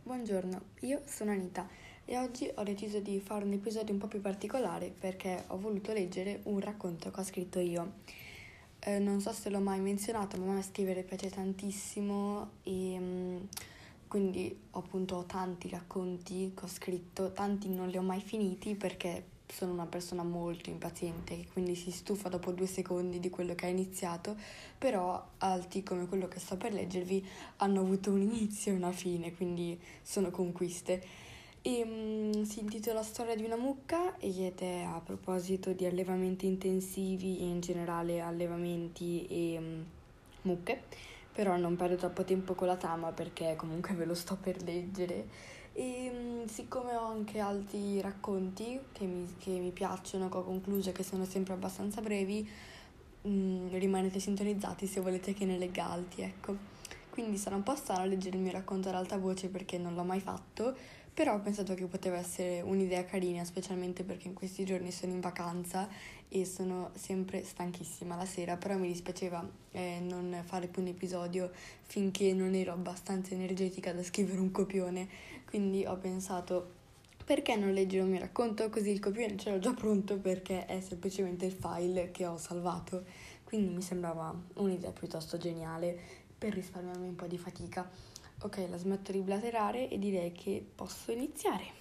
Buongiorno, io sono Anita e oggi ho deciso di fare un episodio un po' più particolare perché ho voluto leggere un racconto che ho scritto io. Non so se l'ho mai menzionato, ma a me scrivere piace tantissimo e quindi appunto ho tanti racconti che ho scritto, tanti non li ho mai finiti perché sono una persona molto impaziente che quindi si stufa dopo 2 secondi di quello che ha iniziato, però altri come quello che sto per leggervi hanno avuto un inizio e una fine, quindi sono conquiste. Si intitola Storia di una mucca ed è a proposito di allevamenti intensivi e in generale allevamenti e mucche, però non perdo troppo tempo con la trama perché comunque ve lo sto per leggere. Siccome ho anche altri racconti che mi piacciono, che ho concluso e che sono sempre abbastanza brevi, rimanete sintonizzati se volete che ne legga altri, ecco. Quindi sarà un po' strano leggere il mio racconto ad alta voce perché non l'ho mai fatto, però ho pensato che poteva essere un'idea carina, specialmente perché in questi giorni sono in vacanza e sono sempre stanchissima la sera, però mi dispiaceva non fare più un episodio finché non ero abbastanza energetica da scrivere un copione, quindi ho pensato perché non leggere un mio racconto, così il copione ce l'ho già pronto perché è semplicemente il file che ho salvato, quindi mi sembrava un'idea piuttosto geniale per risparmiarmi un po' di fatica. Ok, la smetto di blaterare e direi che posso iniziare.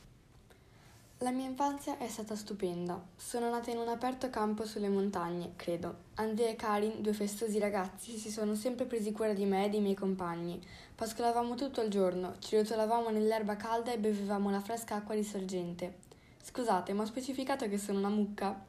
La mia infanzia è stata stupenda. Sono nata in un aperto campo sulle montagne, credo. Andrea e Karin, due festosi ragazzi, si sono sempre presi cura di me e dei miei compagni. Pascolavamo tutto il giorno, ci rotolavamo nell'erba calda e bevevamo la fresca acqua di sorgente. Scusate, ma ho specificato che sono una mucca?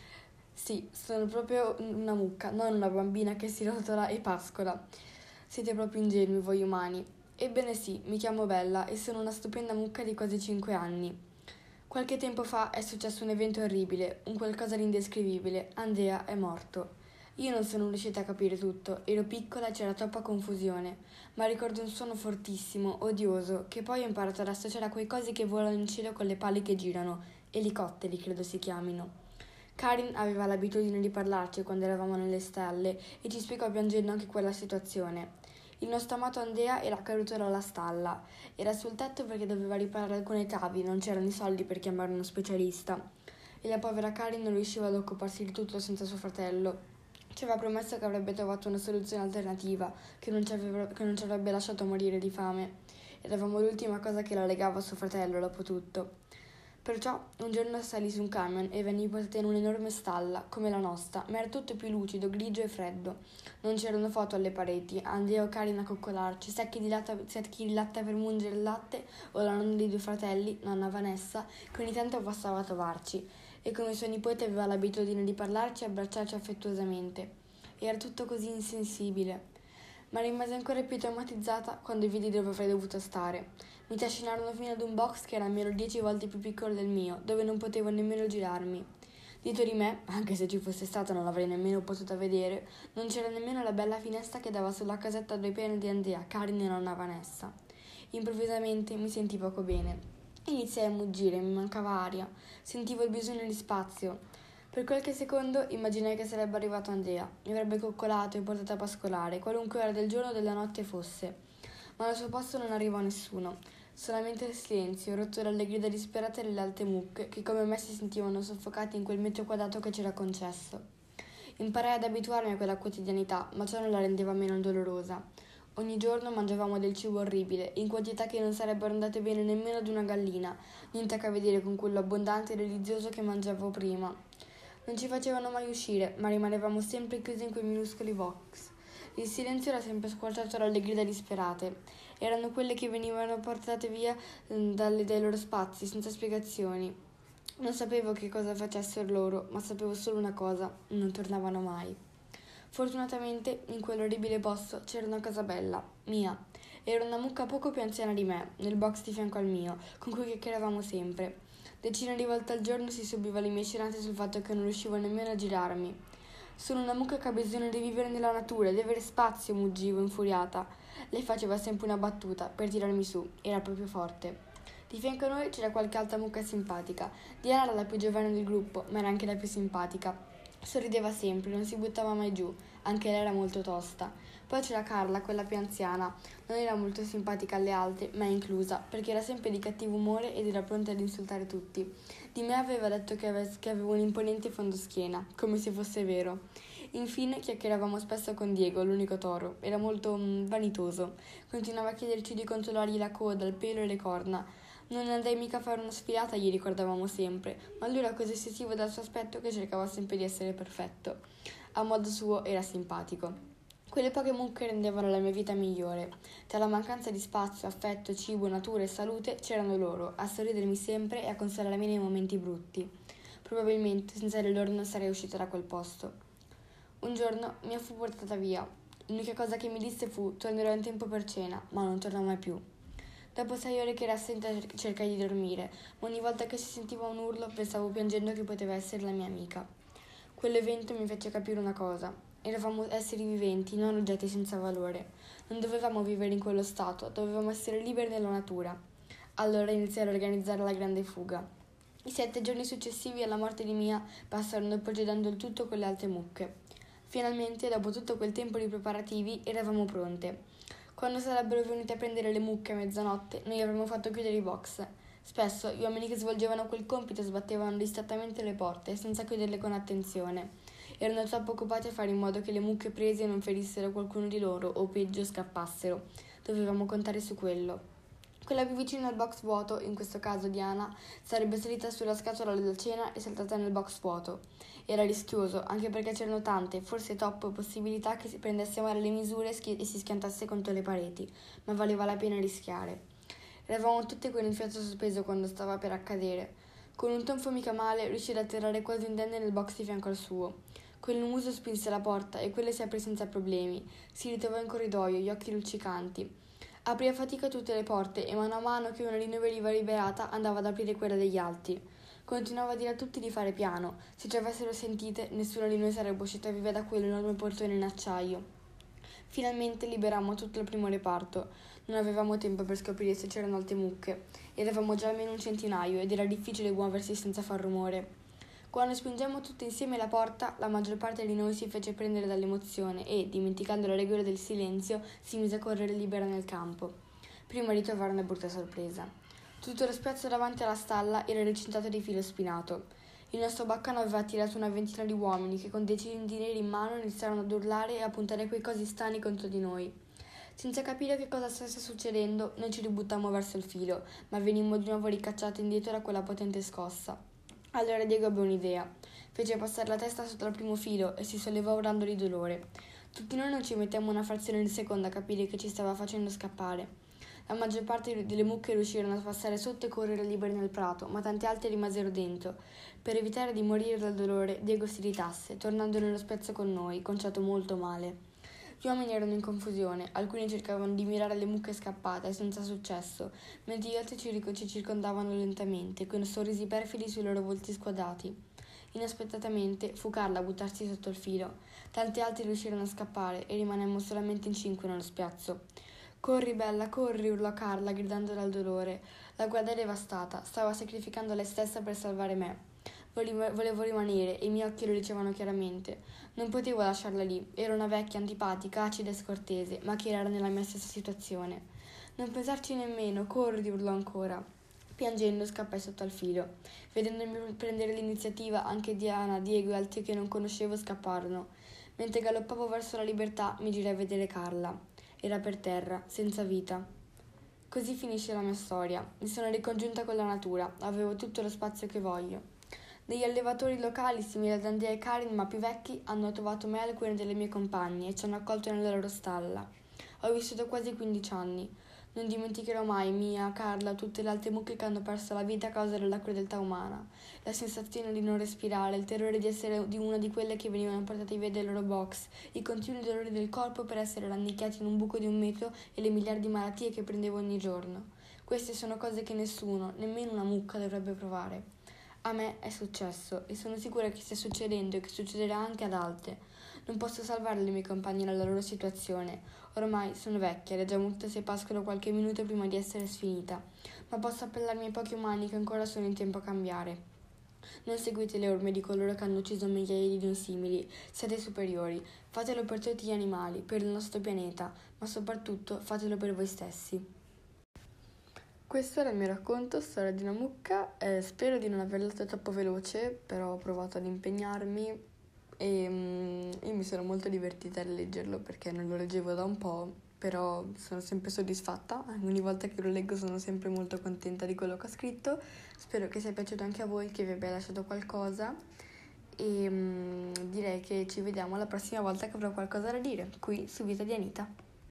Sì, sono proprio una mucca, non una bambina che si rotola e pascola. Siete proprio ingenui voi umani. Ebbene sì, mi chiamo Bella e sono una stupenda mucca di quasi 5 anni. Qualche tempo fa è successo un evento orribile, un qualcosa di indescrivibile. Andrea è morto. Io non sono riuscita a capire tutto, ero piccola e c'era troppa confusione, ma ricordo un suono fortissimo, odioso, che poi ho imparato ad associare a quei cosi che volano in cielo con le pali che girano, elicotteri credo si chiamino. Karin aveva l'abitudine di parlarci quando eravamo nelle stelle e ci spiegò piangendo anche quella situazione. Il nostro amato Andrea era caduto dalla stalla. Era sul tetto perché doveva riparare alcune travi, non c'erano i soldi per chiamare uno specialista. E la povera Karin non riusciva ad occuparsi di tutto senza suo fratello. Ci aveva promesso che avrebbe trovato una soluzione alternativa, che non ci avrebbe lasciato morire di fame. Eravamo l'ultima cosa che la legava a suo fratello, dopo tutto. Perciò un giorno salì su un camion e venni portata in un'enorme stalla, come la nostra, ma era tutto più lucido, grigio e freddo. Non c'erano foto alle pareti, Andrea o Karin a coccolarci, secchi di latte per mungere il latte, o la nonna dei due fratelli, nonna Vanessa, che ogni tanto passava a trovarci, e come suo nipote aveva l'abitudine di parlarci e abbracciarci affettuosamente. Era tutto così insensibile. Ma rimasi ancora più traumatizzata quando vidi dove avrei dovuto stare. Mi trascinarono fino ad un box che era almeno 10 volte più piccolo del mio, dove non potevo nemmeno girarmi. Dietro di me, anche se ci fosse stata non l'avrei nemmeno potuta vedere, non c'era nemmeno la bella finestra che dava sulla casetta due piani di Andrea, Karin e nonna Vanessa. Improvvisamente mi sentii poco bene. Iniziai a muggire, mi mancava aria, sentivo il bisogno di spazio. Per qualche secondo immaginai che sarebbe arrivato Andrea, mi avrebbe coccolato e portato a pascolare, qualunque ora del giorno o della notte fosse. Ma al suo posto non arrivò nessuno, solamente il silenzio, rotto dalle grida disperate delle alte mucche, che come me si sentivano soffocati in quel metro quadrato che c'era concesso. Imparai ad abituarmi a quella quotidianità, ma ciò non la rendeva meno dolorosa. Ogni giorno mangiavamo del cibo orribile, in quantità che non sarebbero andate bene nemmeno ad una gallina, niente a che vedere con quello abbondante e delizioso che mangiavo prima. Non ci facevano mai uscire, ma rimanevamo sempre chiusi in quei minuscoli box. Il silenzio era sempre squarciato dalle grida disperate. Erano quelle che venivano portate via dai loro spazi, senza spiegazioni. Non sapevo che cosa facessero loro, ma sapevo solo una cosa: non tornavano mai. Fortunatamente, in quell'orribile posto c'era una casa bella, mia. Era una mucca poco più anziana di me, nel box di fianco al mio, con cui chiacchieravamo sempre. Decine di volte al giorno si subiva le mie scenate sul fatto che non riuscivo nemmeno a girarmi. Sono una mucca che ha bisogno di vivere nella natura, di avere spazio, muggivo, infuriata. Lei faceva sempre una battuta per tirarmi su, era proprio forte. Di fianco a noi c'era qualche altra mucca simpatica. Diana era la più giovane del gruppo, ma era anche la più simpatica. Sorrideva sempre, non si buttava mai giù, anche lei era molto tosta. Poi c'era Carla, quella più anziana. Non era molto simpatica alle altre, me inclusa, perché era sempre di cattivo umore ed era pronta ad insultare tutti. Di me aveva detto che avevo un imponente fondoschiena, come se fosse vero. Infine chiacchieravamo spesso con Diego, l'unico toro. Era molto vanitoso. Continuava a chiederci di controllargli la coda, il pelo e le corna. Non andai mica a fare una sfilata, gli ricordavamo sempre, ma lui era così ossessivo dal suo aspetto che cercava sempre di essere perfetto. A modo suo era simpatico. Quelle poche mucche rendevano la mia vita migliore. Tra la mancanza di spazio, affetto, cibo, natura e salute c'erano loro, a sorridermi sempre e a consolarmi nei momenti brutti. Probabilmente senza di loro non sarei uscita da quel posto. Un giorno mi fu portata via. L'unica cosa che mi disse fu: tornerò in tempo per cena, ma non tornò mai più. Dopo 6 ore che era assente cercai di dormire, ma ogni volta che si sentiva un urlo pensavo piangendo che poteva essere la mia amica. Quell'evento mi fece capire una cosa. Eravamo esseri viventi, non oggetti senza valore. Non dovevamo vivere in quello stato, dovevamo essere liberi nella natura. Allora iniziai a organizzare la grande fuga. I 7 giorni successivi alla morte di Mia passarono procedendo il tutto con le altre mucche. Finalmente, dopo tutto quel tempo di preparativi, eravamo pronte. Quando sarebbero venute a prendere le mucche a mezzanotte, noi avremmo fatto chiudere i box. Spesso gli uomini che svolgevano quel compito sbattevano distrattamente le porte, senza chiuderle con attenzione. Erano troppo occupati a fare in modo che le mucche prese non ferissero qualcuno di loro o peggio scappassero. Dovevamo contare su quello. Quella più vicina al box vuoto, in questo caso Diana, sarebbe salita sulla scatola della cena e saltata nel box vuoto. Era rischioso, anche perché c'erano tante, forse troppe, possibilità che si prendesse male le misure e si schiantasse contro le pareti, ma valeva la pena rischiare. Eravamo tutte con il fiato sospeso quando stava per accadere. Con un tonfo mica male riuscì ad atterrare quasi indenne nel box di fianco al suo. Quel muso spinse la porta e quella si aprì senza problemi. Si ritrovò in corridoio, gli occhi luccicanti. Aprì a fatica tutte le porte e mano a mano che una di noi veniva liberata andava ad aprire quella degli altri. Continuava a dire a tutti di fare piano. Se ci avessero sentite, nessuno di noi sarebbe uscita viva da quell'enorme portone in acciaio. Finalmente liberammo tutto il primo reparto. Non avevamo tempo per scoprire se c'erano altre mucche. Eravamo già almeno un centinaio ed era difficile muoversi senza far rumore. Quando spingemmo tutti insieme la porta, la maggior parte di noi si fece prendere dall'emozione e, dimenticando le regole del silenzio, si mise a correre libera nel campo, prima di trovare una brutta sorpresa. Tutto lo spazio davanti alla stalla era recintato di filo spinato. Il nostro baccano aveva attirato una ventina di uomini che con dei cilindri neri in mano iniziarono ad urlare e a puntare quei cosi strani contro di noi. Senza capire che cosa stesse succedendo, noi ci ributtammo verso il filo, ma venimmo di nuovo ricacciati indietro da quella potente scossa. Allora Diego ebbe un'idea. Fece passare la testa sotto il primo filo e si sollevò urlando di dolore. Tutti noi non ci mettemmo una frazione di secondo a capire che ci stava facendo scappare. La maggior parte delle mucche riuscirono a passare sotto e correre libere nel prato, ma tanti altri rimasero dentro. Per evitare di morire dal dolore, Diego si ritasse, tornando nello spezzo con noi, conciato molto male. Gli uomini erano in confusione, alcuni cercavano di mirare le mucche scappate, senza successo, mentre gli altri ci circondavano lentamente, con sorrisi perfidi sui loro volti squadrati. Inaspettatamente fu Carla a buttarsi sotto il filo. Tanti altri riuscirono a scappare e rimanemmo solamente in 5 nello spiazzo. Corri, bella, corri, urlò Carla, gridando dal dolore. La guardai devastata, stava sacrificando lei stessa per salvare me. Volevo rimanere e i miei occhi lo dicevano chiaramente. Non potevo lasciarla lì, era una vecchia, antipatica, acida e scortese, ma che era nella mia stessa situazione. Non pensarci nemmeno, corri, urlò ancora. Piangendo scappai sotto al filo. Vedendomi prendere l'iniziativa, anche Diana, Diego e altri che non conoscevo scapparono. Mentre galoppavo verso la libertà, mi girai a vedere Carla. Era per terra, senza vita. Così finisce la mia storia. Mi sono ricongiunta con la natura, avevo tutto lo spazio che voglio. Degli allevatori locali, simili ad Andrea e Karin, ma più vecchi, hanno trovato me e alcune delle mie compagne e ci hanno accolto nella loro stalla. Ho vissuto quasi 15 anni. Non dimenticherò mai Mia, Carla, tutte le altre mucche che hanno perso la vita a causa della crudeltà umana. La sensazione di non respirare, il terrore di essere di una di quelle che venivano portate via dai loro box, i continui dolori del corpo per essere rannicchiati in un buco di 1 metro e le miliardi di malattie che prendevo ogni giorno. Queste sono cose che nessuno, nemmeno una mucca, dovrebbe provare. A me è successo e sono sicura che stia succedendo e che succederà anche ad altre. Non posso salvare le mie compagne dalla loro situazione. Ormai sono vecchia ed è già morta se pascolo qualche minuto prima di essere sfinita, ma posso appellarmi ai pochi umani che ancora sono in tempo a cambiare. Non seguite le orme di coloro che hanno ucciso migliaia di non simili, siete superiori, fatelo per tutti gli animali, per il nostro pianeta, ma soprattutto fatelo per voi stessi. Questo era il mio racconto, storia di una mucca, spero di non averlo letto troppo veloce, però ho provato ad impegnarmi e io mi sono molto divertita a leggerlo perché non lo leggevo da un po', però sono sempre soddisfatta, ogni volta che lo leggo sono sempre molto contenta di quello che ho scritto, spero che sia piaciuto anche a voi, che vi abbia lasciato qualcosa e direi che ci vediamo la prossima volta che avrò qualcosa da dire qui su Vita di Anita.